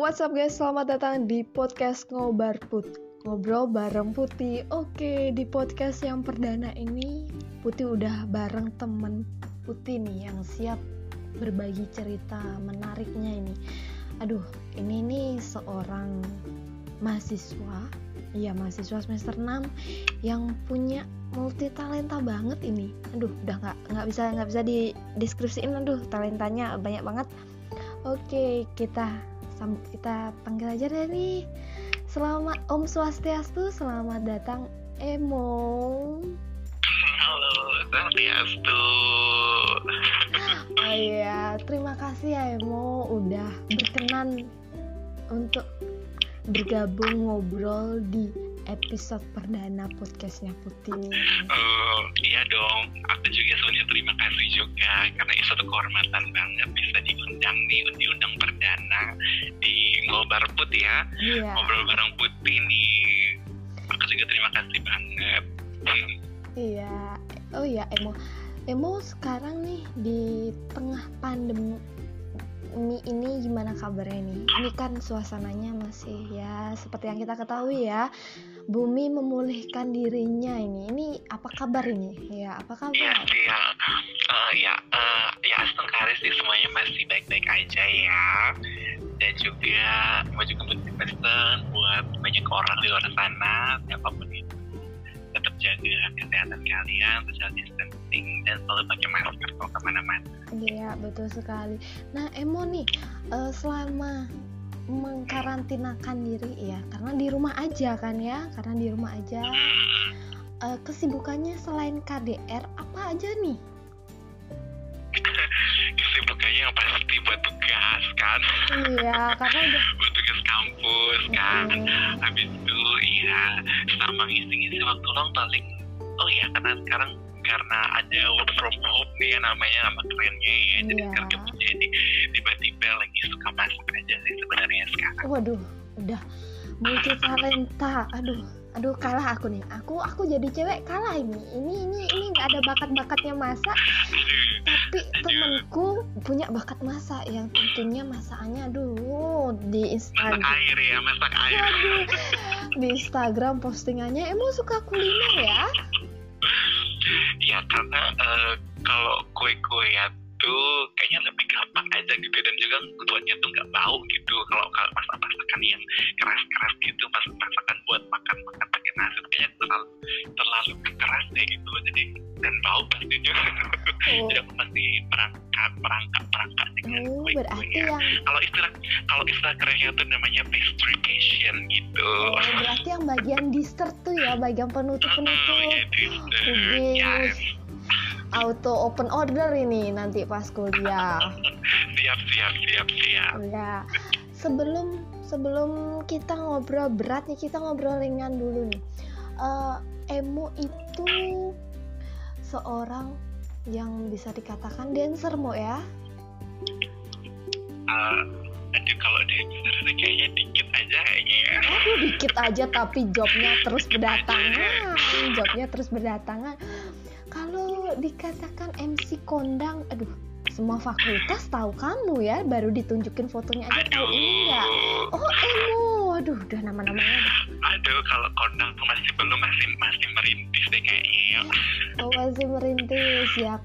what's up guys, selamat datang di podcast Ngobar Put, ngobrol bareng Putih. Oke, di podcast yang perdana ini Putih udah bareng temen Putih nih yang siap berbagi cerita menariknya ini. Aduh, ini nih seorang mahasiswa semester 6 yang punya multi talenta banget ini. Aduh, udah nggak bisa dideskripsiin. Aduh, talentanya banyak banget. Oke, kita panggil aja deh nih. Selamat Om Swastiastu, selamat datang Emo. Halo, Swastiastu. Oh iya, terima kasih ya Emo udah berkenan untuk bergabung ngobrol di episode perdana podcastnya Putih. Oh iya dong, aku juga sebenarnya terima kasih juga karena itu satu kehormatan banget bisa diundang perdana di Ngobar Putih ya. Iya. Ngobrol bareng Putih nih. Aku juga terima kasih banget. Iya. Oh iya Emo sekarang nih di tengah pandemi ini gimana kabarnya nih? Ini kan suasananya masih ya seperti yang kita ketahui ya, bumi memulihkan dirinya ini. Ini apa kabar ini? Ya, apa kabar? Iya sih ya astagfirullah sih, semuanya masih baik-baik aja ya. Dan juga mau juga pesan buat banyak orang di luar sana, siapapun itu, tetap jaga kesehatan kalian, social distancing, dan selalu pakai masker kalau kemana-mana. Iya, betul sekali. Nah, Emo nih, selama mengkarantinakan diri ya, karena di rumah aja kan ya, kesibukannya selain KDR apa aja nih? Kesibukannya yang pasti buat tugas kan. Iya, karena udah buat tugas kampus kan. Habis itu ya sama ngisi-ngisi waktu luang paling. Oh ya, karena sekarang karena ada work from home nih ya, namanya nama kerennya ya. Jadi sekarang jadi tiba-tiba lagi suka masak aja sih sebenarnya sekarang. Waduh, udah multi talenta. Aduh kalah aku nih. Aku jadi cewek kalah ini. Ini nggak ada bakat-bakatnya masak. Tapi temanku punya bakat masak yang tentunya masakannya di Instagram. Masak air. Aduh, di Instagram postingannya emang suka kuliner ya? Ya karena kalau kue-kuean tuh kayaknya lebih gampang aja gitu, dan juga keduanya tuh nggak bau gitu. Kalau masakan yang keras-keras gitu, masakan buat makan pakai nasi kayaknya terlalu keras deh gitu, jadi dan bau pastinya. Jadi aku pasti perangkat dengan kue-kue. Berarti ya. Kalau istilah kerennya tuh namanya pastrycation gitu. Berarti yang bagian dessert tuh ya, bagian penutup. Yes. Auto open order ini nanti pas kuliah. Siap. Ya, sebelum kita ngobrol berat nih, kita ngobrol ringan dulu nih. Emo itu seorang yang bisa dikatakan dancer Mo ya? Aduh, kalau dancer kayaknya dikit aja ya. Aduh, dikit aja tapi jobnya terus berdatangan. Kalau dikatakan MC kondang, aduh, semua fakultas tahu kamu ya, baru ditunjukin fotonya aja tahu ini ya. Oh, Emo, aduh, udah nama-namanya. Aduh, kalau kondang tuh masih merintis deh kayaknya ya. Oh, masih merintis ya.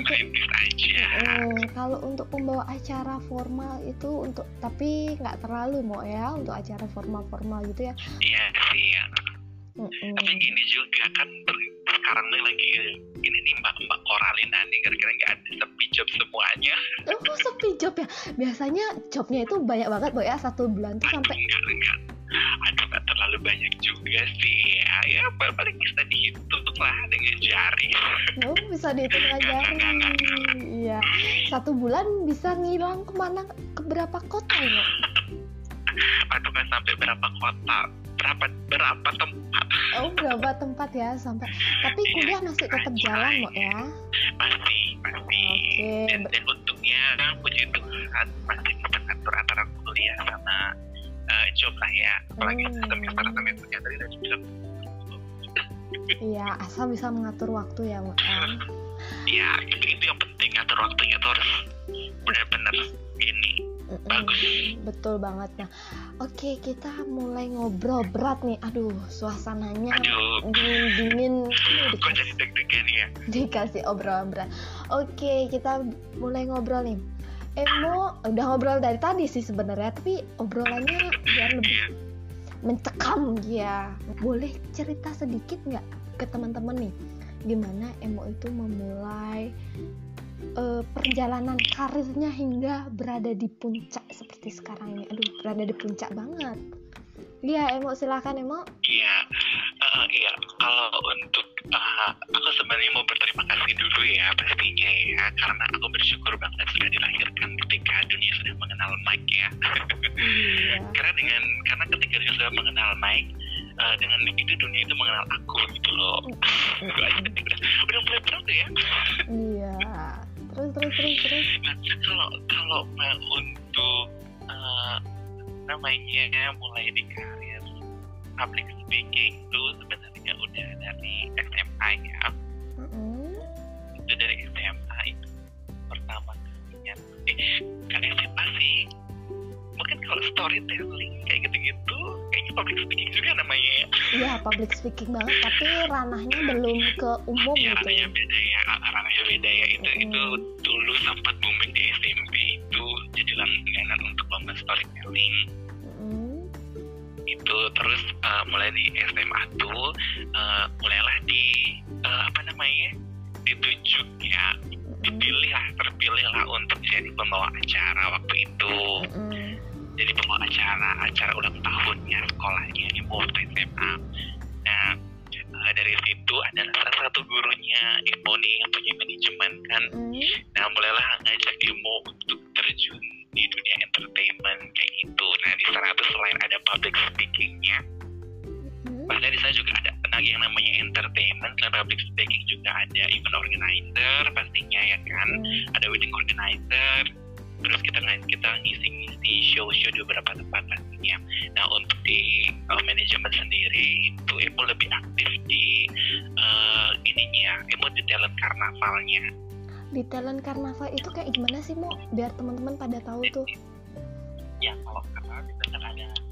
Kalau untuk pembawa acara formal itu tapi nggak terlalu Mo ya, untuk acara formal gitu ya. Iya sih ya. Tapi ini juga kan sekarang nih lagi ini nih mbak Koralina nih, kira-kira nggak ada sepi job semuanya. Oh, sepi job ya? Biasanya jobnya itu banyak banget Bo ya, 1 bulan tuh sampai. Enggak. Aduh, nggak terlalu banyak juga sih ya paling bisa dihitung lah dengan jari. Oh, bisa dihitung dengan jari. Iya, 1 bulan bisa ngilang kemana, ke berapa kota ya? Atau kan sampai berapa kota, berapa tempat. Oh, berapa tempat ya sampai. Tapi kuliah masih tetap jalan Mo ya? Masih. Okay. Dan untungnya puji Tuhan masih mengatur antara kuliah sama job lah ya. Apalagi kesempatan itu ya tadi udah bilang. Iya, asal bisa mengatur waktu ya Mo. Iya, itu yang penting, atur waktunya tuh harus benar-benar ini bagus. Betul banget. Nah, oke, kita mulai ngobrol berat nih. Aduh, suasananya dingin. Kok jadi deg-degan ya? Dikasih obrolan berat. Oke, kita mulai ngobrol nih. Emo udah ngobrol dari tadi sih sebenarnya, tapi obrolannya biar lebih mencekam ya. Boleh cerita sedikit nggak ke teman-teman nih, gimana Emo itu memulai perjalanan karirnya hingga berada di puncak seperti sekarang ini. Aduh, berada di puncak banget. Iya, Emo, silakan Emo. Iya, kalau untuk aku sebenarnya mau berterima kasih dulu ya pastinya ya, karena aku bersyukur banget sudah dilahirkan ketika dunia sudah mengenal mic ya. Karena ketika dunia sudah mengenal mic, dengan mic itu dunia itu mengenal aku gitu loh. Udah mulai berat ya. Iya. Terus. Nah, kalau untuk namanya mulai di karir public speaking itu sebenarnya udah dari SMA ya. Itu dari SMA itu pertama kalinya. Kan SMA sih mungkin kalau storytelling kayak gitu-gitu kayaknya public speaking juga namanya ya. Iya, public speaking banget, tapi ranahnya belum ke umum ya, gitu. Ranahnya beda ya. Itu dulu sempat booming di SMP, itu jadi langganan untuk lomba storytelling. Itu terus mulai di SMA tuh mulailah ditunjuk ya, terpilih lah untuk jadi pembawa acara waktu itu. Jadi pembawa acara ulang tahunnya sekolahnya Emo waktu SMA. Nah, dari situ ada salah satu gurunya Emo nih yang punya manajemen kan. Nah, mulailah ngajak Emo untuk terjun di dunia entertainment kayak gitu. Nah, di sana tuh selain ada public speakingnya, pastinya di sana juga ada yang namanya entertainment. Selain public speaking juga ada event organizer pastinya ya kan. Ada wedding organizer. Terus kita ngisi show di beberapa tempat pastinya. Nah, untuk di manajemen sendiri itu Emo lebih aktif di Emo di talent karnavalnya. Di talent karnaval itu kayak gimana sih, Mo? Biar teman-teman pada tahu tuh. Ya, kalau karnaval itu kan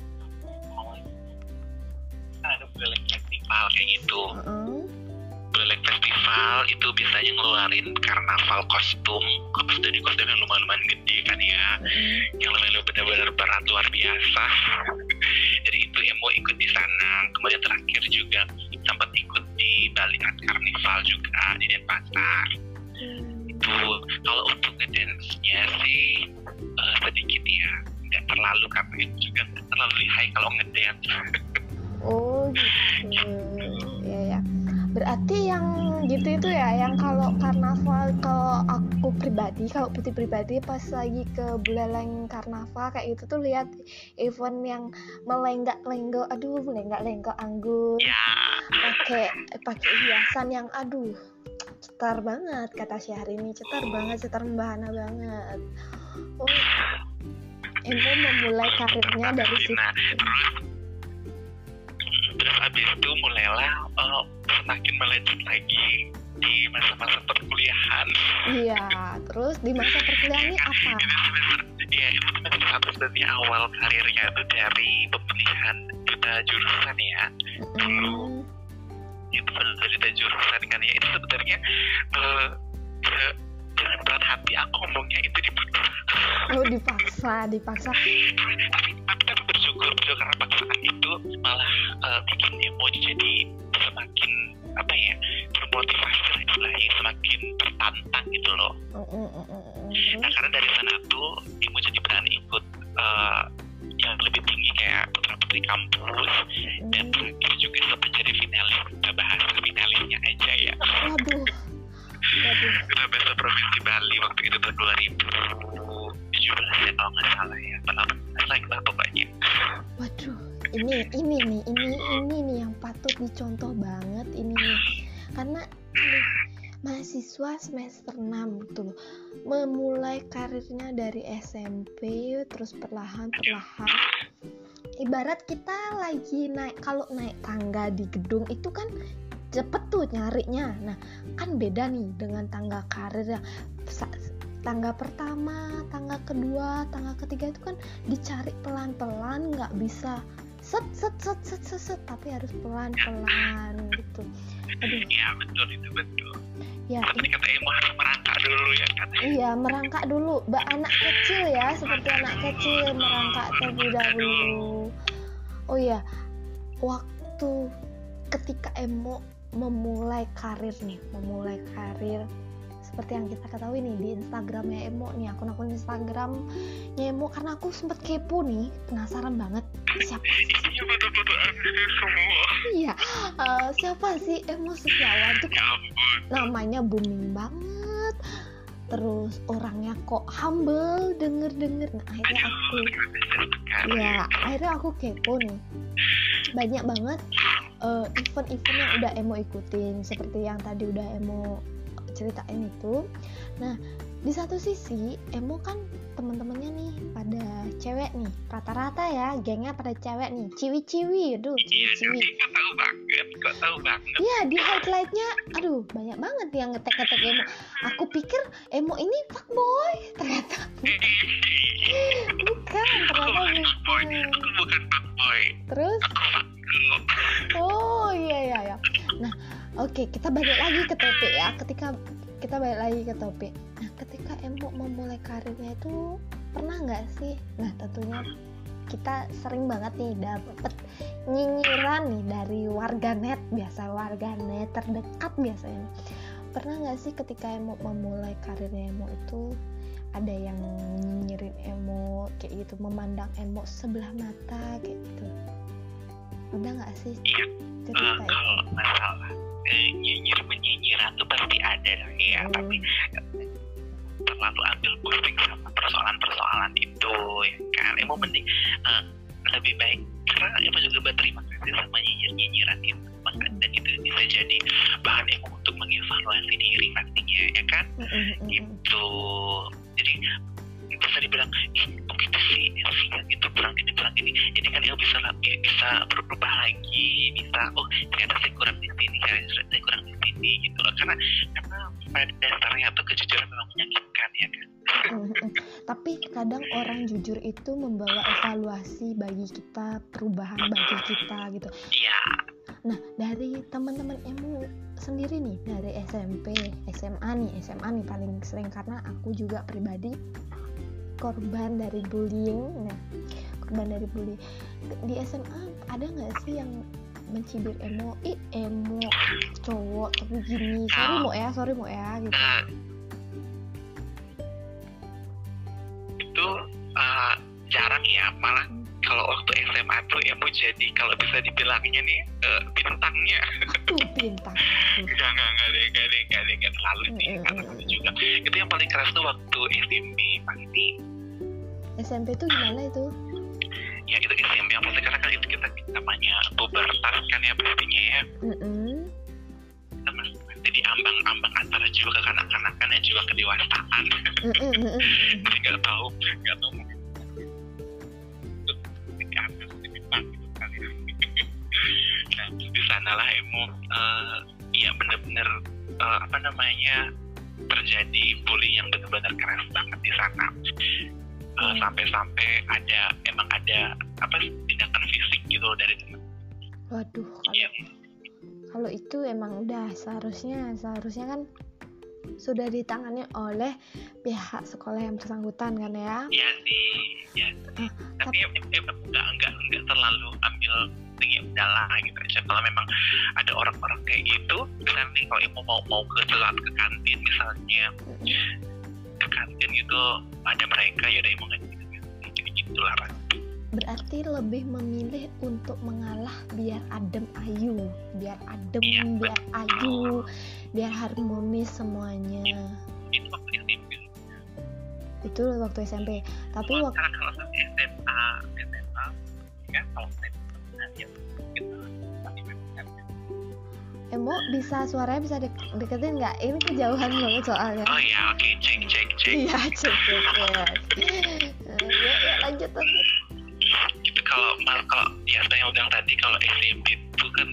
ada Buleleng Festival kayak gitu. Buleleng Festival itu biasanya ngeluarin karnaval kostum yang lumayan gede kan ya, yang lumayan benar-benar berat luar biasa. Jadi itu Emo ikut di sana. Kemudian terakhir juga sempat ikut di Bali Art Carnival juga di Denpasar. Itu kalau untuk ngedance-nya sih sedikit ya, nggak terlalu karena itu juga nggak terlalu lihai kalau ngedance. Oh gitu. Ya. Berarti yang gitu itu ya, yang kalau karnaval, kalau aku pribadi, kalau Putih pribadi pas lagi ke Buleleng karnaval kayak gitu tuh lihat event yang melenggak-lenggok anggur. Ya. Pakai hiasan yang cetar banget kata Syahrini, cetar membahana banget. Oh, Emo memulai karirnya dari situ. Terus abis itu mulailah semakin melejit lagi di masa-masa perkuliahan. Iya, terus di masa perkuliahannya apa? Itu semester 1 sebenarnya awal karirnya itu dari pemilihan duta jurusan ya. Dulu itu duta jurusan kan ya, itu sebenarnya dengan berat hati aku ngomongnya itu dipaksa. Oh, dipaksa. Tapi bersyukur karena paksaan itu malah bikin Emo jadi semakin termotivasi lah istilahnya, semakin tertantang gitu loh. Nah, karena dari sana tuh Emo jadi berani ikut yang lebih tinggi kayak putra-putri kampus, dan terakhir juga sempat jadi finalis. Kita bahas finalisnya aja ya. Waduh. Kita bahas provinsi Bali waktu itu tahun 2017 ya kalau nggak salah ya, 18 lah pokoknya. Waduh, ini nih yang patut dicontoh banget ini nih. Karena mahasiswa semester 6 gitu loh, memulai karirnya dari SMP terus perlahan ibarat kita lagi kalau naik tangga di gedung itu kan cepet tuh nyarinya. Nah, kan beda nih dengan tangga karir yang tangga pertama, tangga kedua, tangga ketiga itu kan dicari pelan-pelan, nggak bisa set, tapi harus pelan-pelan gitu. Aduh. Iya betul, itu betul. Ya, tadi kata Emo harus merangkak dulu ya kan. Iya, merangkak dulu. Anak kecil ya, seperti anak kecil merangkak terlebih dahulu. Oh iya, waktu ketika Emo memulai karir seperti yang kita ketahui nih di Instagramnya Emo nih, akun-akun Instagramnya Emo, karena aku sempet kepo nih, penasaran banget siapa sih? Iya, siapa sih Emo Setiawan tuh? Namanya booming banget, terus orangnya kok humble, denger. Nah, akhirnya aku kepo nih, banyak banget event-event yang udah Emo ikutin, seperti yang tadi udah Emo ceritain itu. Nah, di satu sisi Emo kan teman-temannya nih pada cewek nih, rata-rata ya gengnya pada cewek nih, ciwi-ciwi. Kok tahu banget. Iya, di highlightnya aduh banyak banget yang ngetek-ngetek Emo. Aku pikir Emo ini fuckboy, ternyata bukan. Aku bukan fuckboy. Terus oh iya. Nah, oke, kita balik lagi ke topik ya. Nah, ketika Emo memulai karirnya itu pernah nggak sih? Nah, tentunya kita sering banget nih dapet nyinyiran nih dari warganet terdekat biasanya. Pernah nggak sih ketika Emo memulai karirnya Emo itu ada yang nyinyirin Emo kayak gitu, memandang Emo sebelah mata kayak gitu? Ada nggak sih? Kalau masalah nyinyiran tuh pasti ada lah ya, tapi terlalu ambil pusing sama persoalan itu ya kan. Emo mending lebih baik, karena Emo juga berterima kasih sama nyinyiran itu, dan itu bisa jadi bahan Emo untuk mengevaluasi diri nantinya ya kan. Gitu. Jadi bisa dibilang begitu sih gitu, kurang ini, jadi kan Emo bisa berubah lagi, bisa ternyata saya kurang di sini, saya kurang di sini gitu loh, karena pada dasarnya tuh kejujuran memang menyakitkan ya kan. Tapi kadang orang jujur itu membawa evaluasi bagi kita, perubahan bagi kita gitu. Iya. Nah, dari teman-teman Emo sendiri nih, dari SMP, SMA nih paling sering, karena aku juga pribadi korban dari bullying. Nah, korban dari bullying di SMA, ada nggak sih yang mencibir Emo? Emo cowok tapi gini, sorry mo ya gitu. Itu jarang ya, malah kalau waktu SMA tuh Emo jadi kalau bisa dibilangnya nih bintangnya. Bintang. Enggak terlalu sih, karena juga itu yang paling keras tuh waktu SMP pasti. SMP tuh gimana itu? Ya itu SMP yang pasti, karena kan itu kita namanya pubertas kan ya pastinya ya. Kita masih di ambang-ambang antara juga kekanak-kanakan dan juga kedewasaan. Jadi nggak tahu nah di sanalah Emo ya benar-benar terjadi bullying yang benar-benar keras banget di sana. Sampai-sampai ada tindakan fisik gitu dari teman. Waduh, kalau itu emang udah seharusnya kan sudah ditangani oleh pihak sekolah yang bersangkutan kan ya? Iya sih, ya. Tapi enggak terlalu ambil tinggi udahlah gitu aja. Kalau memang ada orang-orang kayak gitu, misalnya nih kalau Emo mau ke kantin misalnya, ke kantin gitu ada mereka ya udah Emo nggak gitu lah. Berarti lebih memilih untuk mengalah biar adem ayu, biar ayu, biar harmonis semuanya. Itu waktu SMP. Tapi kalau SMA ya kalau Emo bisa suaranya bisa deketin nggak? Ini kejauhan banget soalnya. Oh ya, oke, cek. Iya, cek. Ya, lanjut. Itu kalau ya saya bilang tadi, kalau SMP itu kan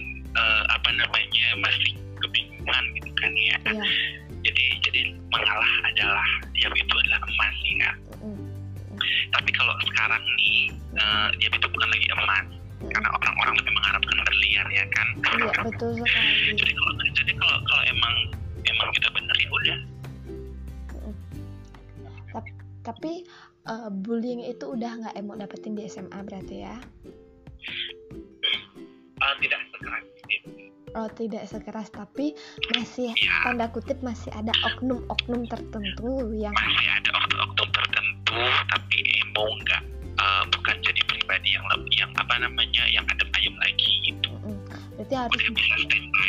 masih kebingungan gitu kan ya. Jadi mengalah adalah diam itu adalah emas ya. Tapi kalau sekarang nih diam itu bukan lagi emas, karena orang-orang lebih mengharapkan berlian ya kan. Iya betul sekali. Jadi kalau emang kita bener ya udah. Tapi bullying itu udah nggak emo dapetin di SMA berarti ya? Tidak sekeras itu. Oh tidak sekeras, tapi masih tanda kutip masih ada oknum-oknum tertentu yang masih ada oknum tertentu, tapi emo nggak bukan jadi pribadi yang yang adem ayem lagi gitu. Berarti harus bisa standby.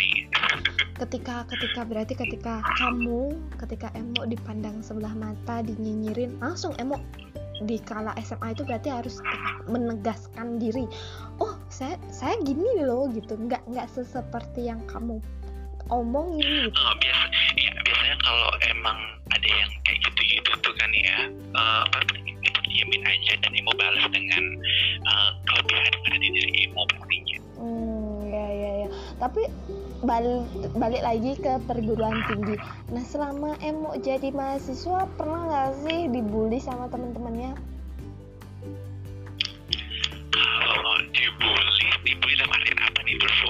Ketika emo dipandang sebelah mata, dinyinyirin langsung emo. Di kala SMA itu berarti harus menegaskan diri. Oh, saya gini loh gitu. Nggak seperti yang kamu omongin gitu. Biasanya kalau emang ada yang kayak gitu tuh kan ya, itu diamin aja dan emo balas dengan kelebihan pada diri emo pastinya. Ya. Tapi balik lagi ke perguruan tinggi. Nah, selama emo jadi mahasiswa pernah nggak sih dibully sama teman-temannya? Kalau dibully dalam artian apa nih bro?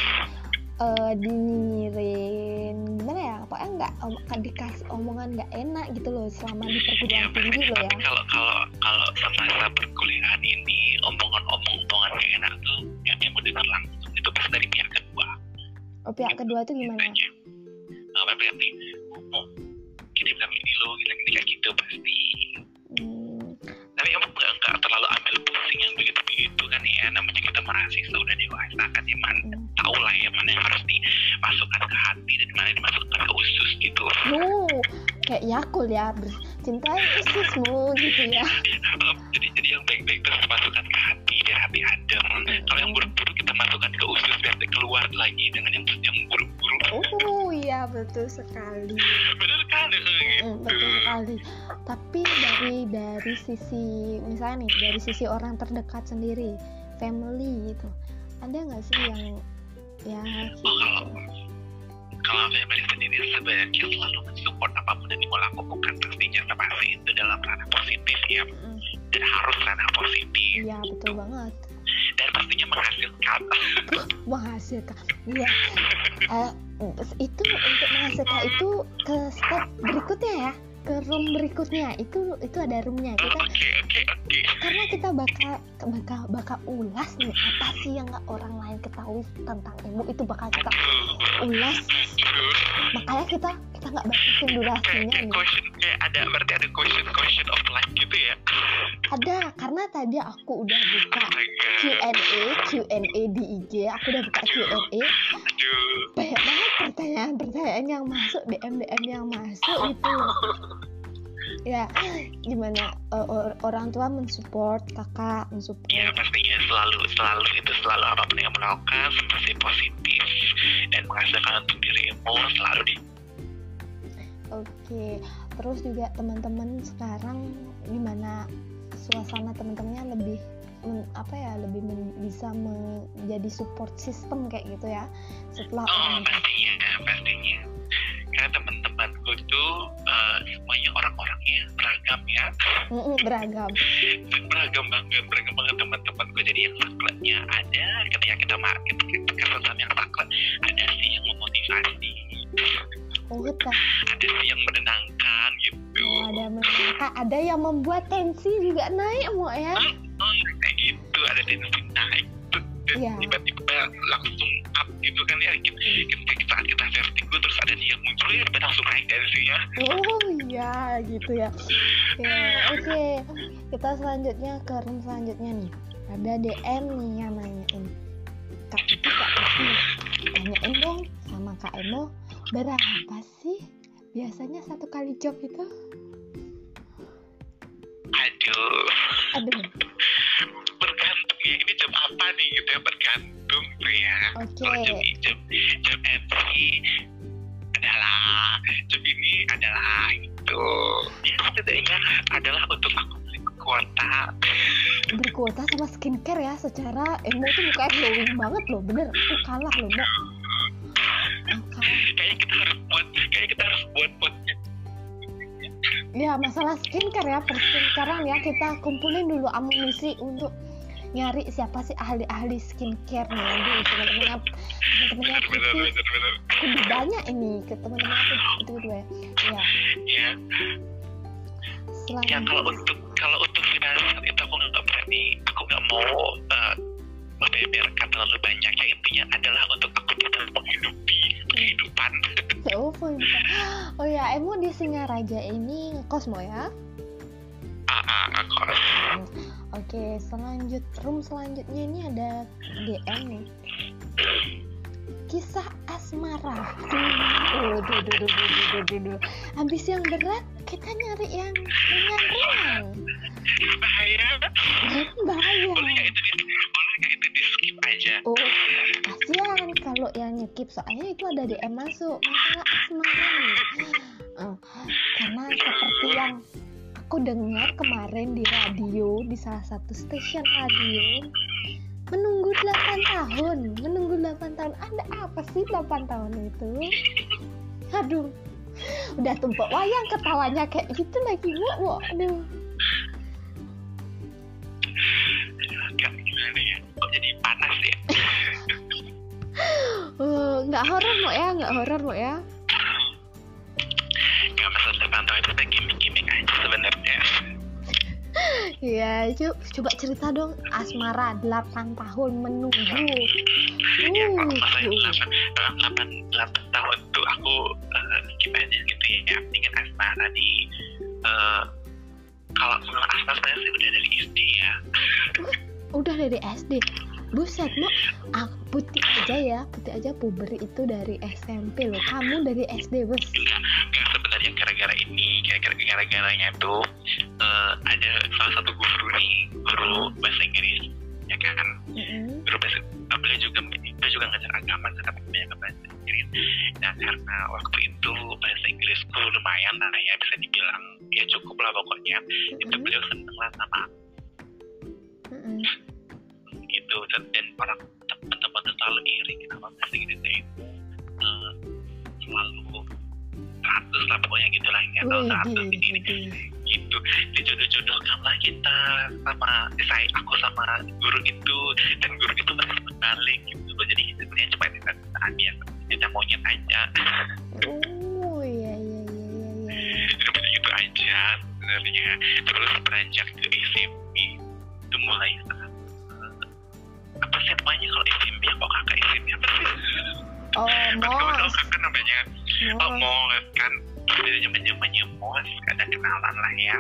Dinyinyirin, gimana ya? Pokoknya nggak dikasih omongan nggak enak gitu loh selama di perguruan tinggi loh ya. Kalau semasa perkuliahan ini omongan nggak enak tuh yang emo dengar langsung itu pasti dari pihak kedua. Oh, pihak kedua tuh gimana? Pihak nih, kita bilang ini loh, kita kayak gitu pasti. Tapi emang nggak terlalu ambil pusing yang begitu kan ya, namanya kita mahasiswa udah dewasa kan ya, tahu lah ya mana yang harus dimasukkan ke hati dan mana yang dimasukkan ke usus gitu. Kayak Yakult ya, cintai ususmu gitu ya. Jadi yang baik-baik terus masukkan ke hati biar hati adem. Kalau yang buruk-buruk kita masukkan ke usus biar keluar lagi dengan yang buruk-buruk. Iya betul sekali. Bener kan? Gitu. Betul sekali. Tapi dari sisi misalnya nih, dari sisi orang terdekat sendiri, family gitu, ada nggak sih yang ya? Kalau family sendiri sebenarnya selalu mensupport apapun yang mau lakukan, pastinya pasti itu dalam ranah positif ya, dan harus ranah positif. Iya betul banget. Dan pastinya menghasilkan. Iya. Itu untuk menghasilkan itu ke step berikutnya ya, ke room berikutnya itu ada roomnya kita. Oke. Karena kita bakal ulas nih apa sih yang nggak orang lain ketahui tentang emo, itu bakal kita ulas. Makanya kita nggak batasin durasinya nih. Berarti ada question of life gitu ya? Ada, karena tadi aku udah buka Q&A di IG, aku udah buka Q&A. Banyak banget pertanyaan yang masuk, DM yang masuk gitu. Ya, gimana orang tua mensupport, kakak mensupport? Ya pastinya selalu apapun yang melakukan pasti positif dan menghasilkan untuk diri emo selalu di. Oke, terus juga teman-teman sekarang gimana suasana teman-temannya lebih bisa menjadi support system kayak gitu ya setelah pastinya karena teman-temanku tuh semuanya orang-orangnya beragam ya. Beragam banget teman-temanku. Jadi yang sakleknya ada, ketika kita sama yang saklek ada sih yang memotivasi, ada sih yang menenangkan gitu. Ada yang membuat tensi juga naik ya. Kayak gitu, ada tensi naik dan tiba-tiba langsung up gitu kan ya. Saat kita vertigo terus ada dia muncul ya langsung naik tensinya. Iya gitu ya. Oke. Kita selanjutnya ke room selanjutnya nih. Ada DM nih yang nanyain, Kak Putih, tanyain dong sama Kak Emo, berapa sih biasanya satu kali job itu? Aduh. Bergantung ya, ini job apa nih gitu ya, bergantung tuh ya. Kalau job MC adalah, job ini adalah itu. Ya setidaknya adalah untuk aku berkuota sama skincare ya. Secara emo tuh bukan glowing banget loh, bener, aku kalah loh Mbak. Kayaknya kita harus buat podcast Ya masalah skincare ya, sekarang ya kita kumpulin dulu amunisi untuk nyari siapa sih ahli-ahli skincare nih. Aduh, teman-temannya Putih, aku udah banyak ini ke teman-teman aku berdua ya. Ya. Selain Ya kalau untuk finansial itu aku nggak mau membeberkan terlalu banyak. Ya intinya adalah untuk aku bisa menghidupi kehidupan. Oh ya, Emo di Singaraja ini ngekos Mo ya? Ngekos. Oke, room selanjutnya ini ada DM nih. Kisah asmara. Duh. Habis yang berat, kita nyari yang ringan-ringan. Bahaya. Boleh nggak itu di skip aja? Oh, kasihan kalau yang nyekip, soalnya itu ada DM masuk masalah asmara nih. Karena seperti yang aku dengar kemarin di radio, di salah satu stasiun radio, menunggu 8 tahun. Ada apa sih 8 tahun itu? Aduh, udah tumpuk wayang ketawanya kayak gitu lagi, Bu. Aduh. Gimana ya? Kok jadi panas ya? Nggak horor Mo ya? Nggak masalah 8 tahun itu udah gimmick aja sebenarnya. Ya, coba cerita dong asmara 8 tahun menunggu. Ya kalau masalah 8 tahun tuh aku gimana gitu ya, ingin asmara di kalau soal asmara sih udah dari SD ya. Udah dari SD. Buset, Mo. Putih aja puber itu dari SMP loh. Kamu dari SD, Bos. Enggak sebenarnya gara-garanya tuh ada salah satu guru bahasa Inggris ya kan. Guru bahasa beliau juga ngajar agama tapi banyak bahasa Inggris. Nah karena waktu itu bahasa Inggrisku lumayan lah ya, bisa dibilang ya cukup lah pokoknya. Itu beliau seneng lah sama gitu, dan orang teman-teman selalu iri kenapa bahasa Inggris itu selalu 100 lah pokoknya gitu lah, nggak tahu 100 ini gitu. Dijodoh-jodohkan lah kita aku sama guru itu, dan guru itu masih balik gitu. Jadi sebenarnya cuma ya kita maunya aja. Iya. Jadi gitu aja sebenarnya. Terus beranjak ke SMP itu mulai apa sih namanya kalau SMP, kok kakak SMP apa sih? Kamu tahu kakak namanya? Mos kan, namanya Mos, ada kenalan lah ya.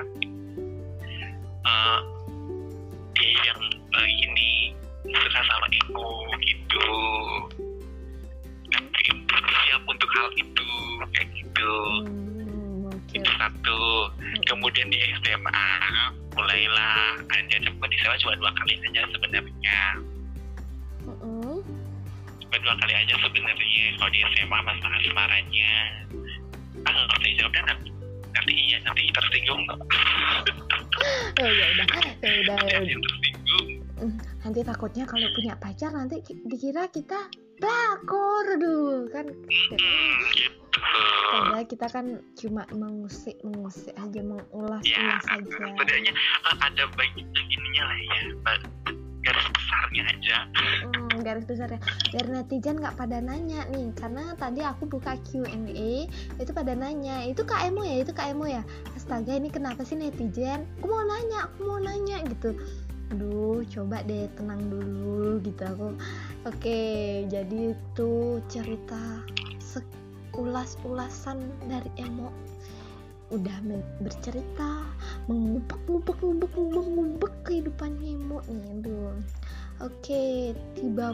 Dia yang ini suka sama Eko gitu. Tapi siap untuk hal itu kayak gitu. Itu satu. Kemudian di SMA mulailah ada, tapi di SMA cuma 2 kali aja sebenarnya. Cuma 2 kali aja sebenarnya kalau di SMA masalah asmaranya. Nggak bisa dijawabnya nanti tersinggung. Ya udah. Tersinggung. Nanti takutnya kalau punya pacar nanti dikira kita pelakor dulu kan. Gitu. Padahal kita kan cuma mengusik aja, mengulas ya, saja. Sebenarnya ada begininya lah ya, garis besarnya aja. Garis besarnya biar netizen nggak pada nanya nih, karena tadi aku buka Q&A itu pada nanya itu Kak Emo ya, astaga ini kenapa sih netizen, aku mau nanya gitu. Aduh, coba deh tenang dulu gitu aku. Oke, jadi itu cerita ulasan dari Emo, udah bercerita mengubek kehidupannya Emo nih. Aduh. Oke, tiba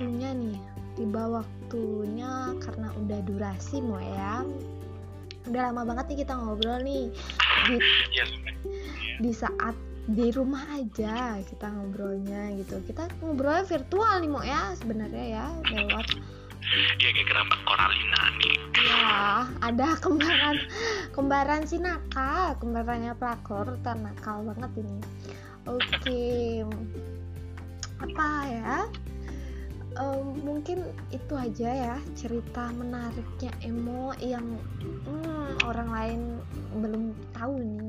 waktunya karena udah durasi Mo ya. Udah lama banget nih kita ngobrol nih di saat di rumah aja kita ngobrolnya gitu. Kita ngobrolnya virtual nih Mo ya sebenarnya ya, lewat dia kayak kerambat Koralina nih. Ya, ada kembaran si nakal, kembarannya pelakor, nakal banget ini. Oke. Apa ya? Mungkin itu aja ya cerita menariknya Emo yang orang lain belum tahu nih.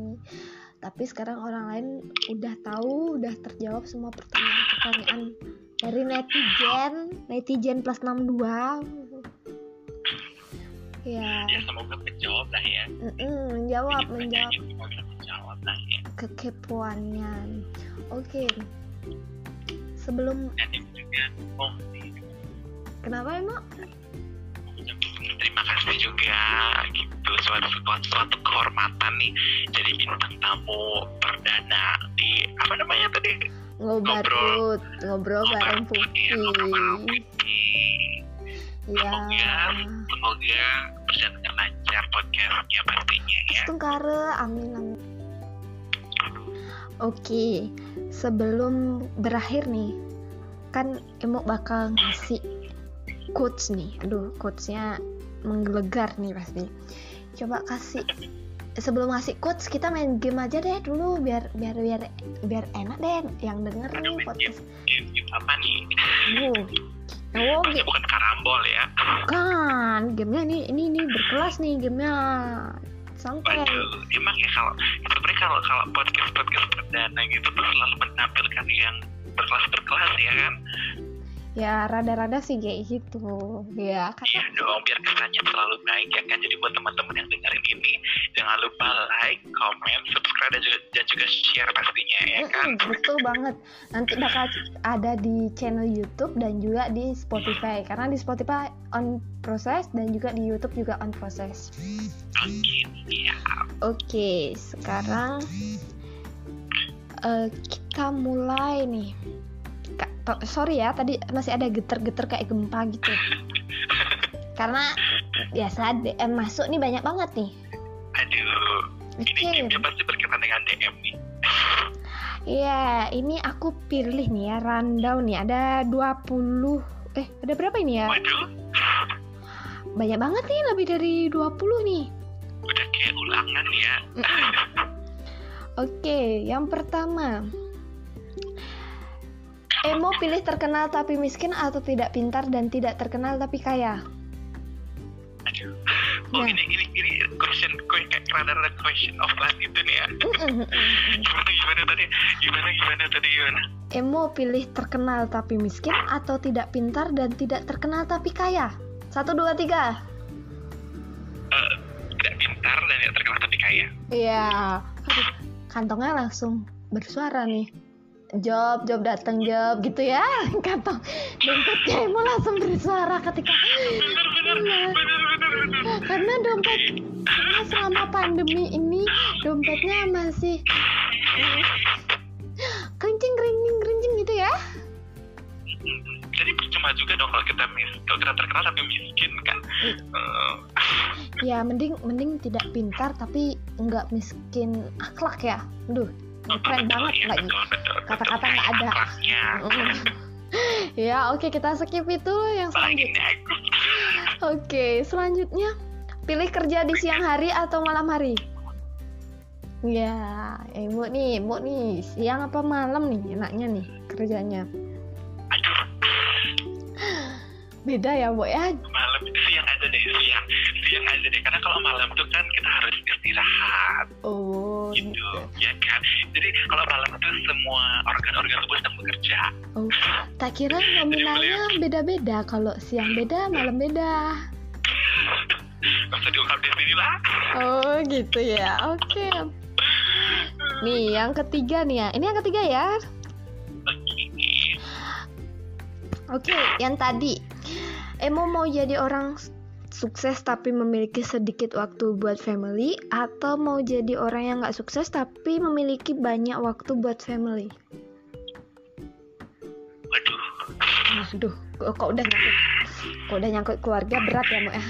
tapi sekarang orang lain udah tahu, udah terjawab semua pertanyaan dari netizen plus 62. Ya semoga menjawab lah ya. Menjawab lah ya. Kekepoannya. Oke. Sebelum nanti juga kenapa emang? Terima kasih juga gitu, suatu kehormatan nih jadi bintang tamu perdana di apa namanya tadi? Ngobrol bareng Putih. Ya. Semoga berjalan lancar podcastnya pastinya ya. Tungkare, amin. Oke, sebelum berakhir nih, kan Emo bakal ngasih quotes nih. Aduh, quotesnya menggelegar nih pasti. Coba kasih. Sebelum ngasih quotes, kita main game aja deh dulu biar enak deh yang denger nih podcast. Game apa nih? Gitu. Bukan karambol ya? Bukan, gamenya ini berkelas nih gamenya. Santai. Waduh, emang ya kalau podcast perdana gitu tuh selalu menampilkan yang berkelas ya kan? Ya rada-rada sih kayak gitu ya. Iya dong, biar kesannya selalu baik ya kan. Jadi buat teman-teman yang dengerin ini jangan lupa like, comment, subscribe dan juga share pastinya ya kan. Betul banget. Nanti bakal ada di channel YouTube dan juga di Spotify. Karena di Spotify on process dan juga di YouTube juga on process. Oke, sekarang kita mulai nih. Sorry ya, tadi masih ada getar-getar kayak gempa gitu. Karena biasa DM masuk nih banyak banget nih. Aduh, ini pasti berkaitan dengan DM nih. Iya, ini aku pilih nih ya, rundown nih. Ada 20. Ada berapa ini ya? Waduh. Banyak banget nih, lebih dari 20 nih. Udah kayak ulangan ya. Oke, yang pertama. Emo pilih terkenal tapi miskin atau tidak pintar dan tidak terkenal tapi kaya? Aduh. Ini question rada-rada question of life gitu nih ya. Gimana tadi? Emo pilih terkenal tapi miskin atau tidak pintar dan tidak terkenal tapi kaya? 1, 2, 3. Tidak pintar dan tidak terkenal tapi kaya. Iya. Kantongnya langsung bersuara nih. Job datang job gitu ya. Kantong dompetnya Emo langsung bersuara ketika bener. Karena dompet selama pandemi ini dompetnya masih kerincing gitu ya. Jadi percuma juga dong kalau kita terkenal tapi miskin kan. Ya mending tidak pintar tapi enggak miskin akhlak ya. Aduh, keren banget lagi. Kata-kata nggak ada. Ya oke, kita skip itu yang selanjutnya. Oke, selanjutnya pilih kerja di siang hari atau malam hari? Ya, Emo nih siang apa malam nih enaknya nih kerjanya? Beda ya, Bo ya? Malam itu siang aja deh. Karena kalau malam tuh kan kita harus istirahat. Oh, gitu. Ya kan. Jadi kalau malam itu semua organ-organ tubuh sedang bekerja. Oh, tak kira nominalnya beda-beda. Kalau siang beda, malam beda. Gak usah diungkap di sini lah. Oh, gitu ya. Oke. Nih, yang ketiga nih ya. Ini yang ketiga ya. Oke, yang tadi. Emo mau jadi orang sukses tapi memiliki sedikit waktu buat family, atau mau jadi orang yang gak sukses tapi memiliki banyak waktu buat family? Waduh, kok udah nyangkut keluarga berat ya, Mo ya?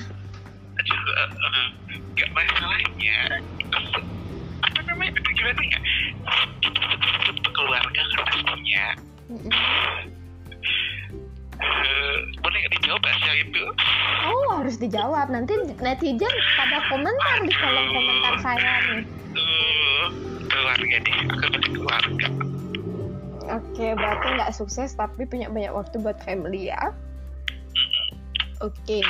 Gak masalahnya. Apa namanya? Gimana ya? Keluarga kan pastinya. Boleh nggak dijawab sih itu? Oh, harus dijawab. Nanti netizen pada komentar di kolom komentar saya nih. Keluarga deh, aku pilih keluarga. Oke, berarti nggak sukses tapi punya banyak waktu buat family ya. Oke.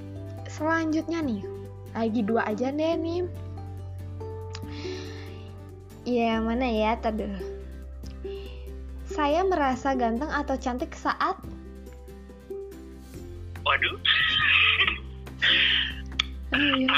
Selanjutnya nih, lagi 2 aja deh nih. Iya, mana ya? Tadi dulu. Saya merasa ganteng atau cantik saat Waduh. Ayo.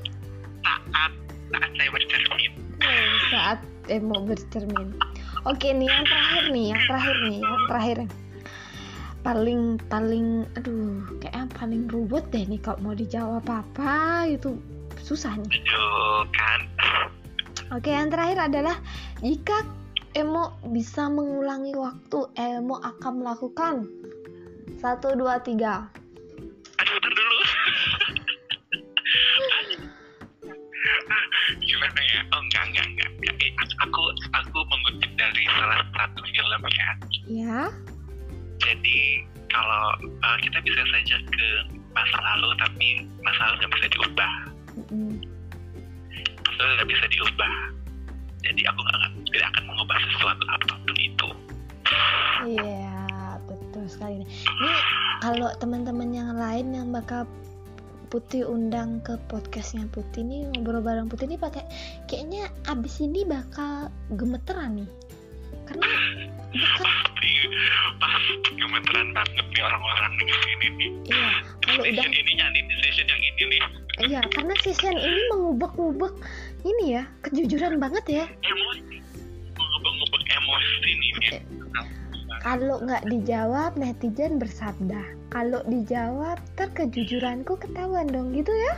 Saat saya bercermin. Saat emo bercermin. Oke nih, yang terakhir. Paling aduh, kayaknya paling ruwet deh nih kalau mau dijawab apa itu susah nih. Aduh, kan. Oke, yang terakhir adalah jika emo bisa mengulangi waktu, emo akan melakukan 1, 2, 3. Aduh, bentar dulu. Gimana ya? Oh, enggak. Aku mengutip dari salah satu film ya. Ya. Jadi kalau kita bisa saja ke masa lalu, tapi masa lalu nggak bisa diubah. Masa lalu nggak bisa diubah. Jadi aku tidak akan mengubah sesuatu apapun itu. Iya, betul sekali. Ini kalau teman-teman yang lain yang bakal Putih undang ke podcastnya Putih nih, ngobrol bareng Putih nih pakai, kayaknya abis ini bakal gemeteran nih, karena pasti gemeteran banget nih orang-orang di sini nih. Iya, kalau udah ini nyari di session yang ini nih. Iya, karena session ini mengubek-ubek ini ya, kejujuran banget ya. Emosi, mengubek-ubek emosi nih. Kalau nggak dijawab, netizen bersabda. Kalau dijawab, kejujuranku ketahuan dong, gitu ya?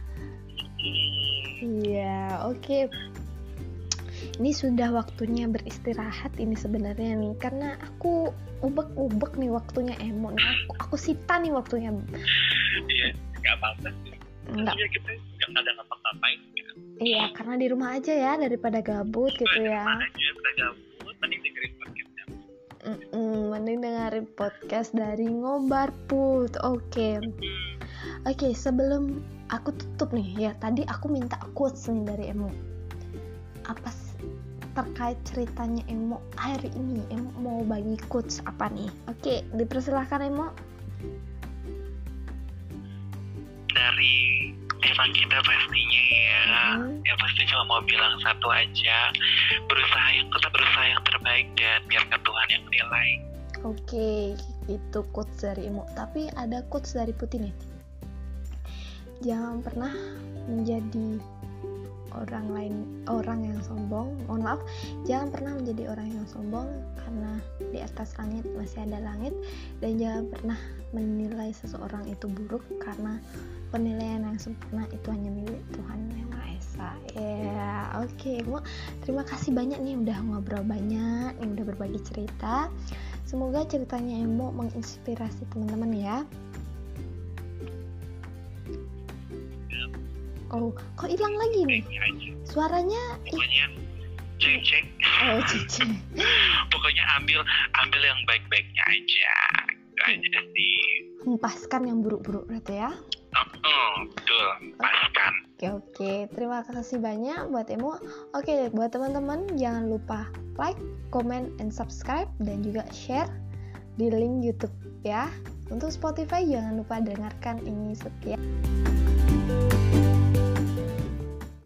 Iya, oke. Ini sudah waktunya beristirahat ini sebenarnya nih, karena aku ubek-ubek nih waktunya emo nih. Aku sita nih waktunya. Iya, nggak apa-apa sih. Enggak. Iya, kita nggak ada ngapa-ngapain. Iya, karena di rumah aja ya, daripada gabut gitu ya. Daripada gabut, mending dengerin podcastnya. Mending dengerin podcast dari Ngobar Put. Oke, sebelum aku tutup nih ya, tadi aku minta quotes nih dari Emo. Apa terkait ceritanya Emo hari ini? Emo mau bagi quotes apa nih? Oke, dipersilahkan Emo. Dari emang kita pastinya ya, yang pasti cuma mau bilang satu aja, tetap berusaha yang terbaik dan biarkan Tuhan yang menilai. Oke, itu quotes dari Emo. Tapi ada quotes dari Putih nih. Jangan pernah menjadi orang yang sombong. Mohon maaf, jangan pernah menjadi orang yang sombong, karena di atas langit masih ada langit. Dan jangan pernah menilai seseorang itu buruk, karena penilaian yang sempurna itu hanya milik Tuhan Yang Maha Esa. Ya, oke. Terima kasih banyak nih udah ngobrol banyak, nih udah berbagi cerita. Semoga ceritanya Emo menginspirasi teman-teman ya. Oh, kok hilang lagi nih? Suaranya pokoknya cek. Oh, cek. Pokoknya ambil yang baik-baiknya aja. Itu aja sih. Hempaskan yang buruk-buruk berarti ya. Betul, hempaskan. Oke. Terima kasih banyak buat Emo. Oke, buat teman-teman jangan lupa like, comment, and subscribe, dan juga share di link YouTube ya. Untuk Spotify jangan lupa dengarkan ini setiap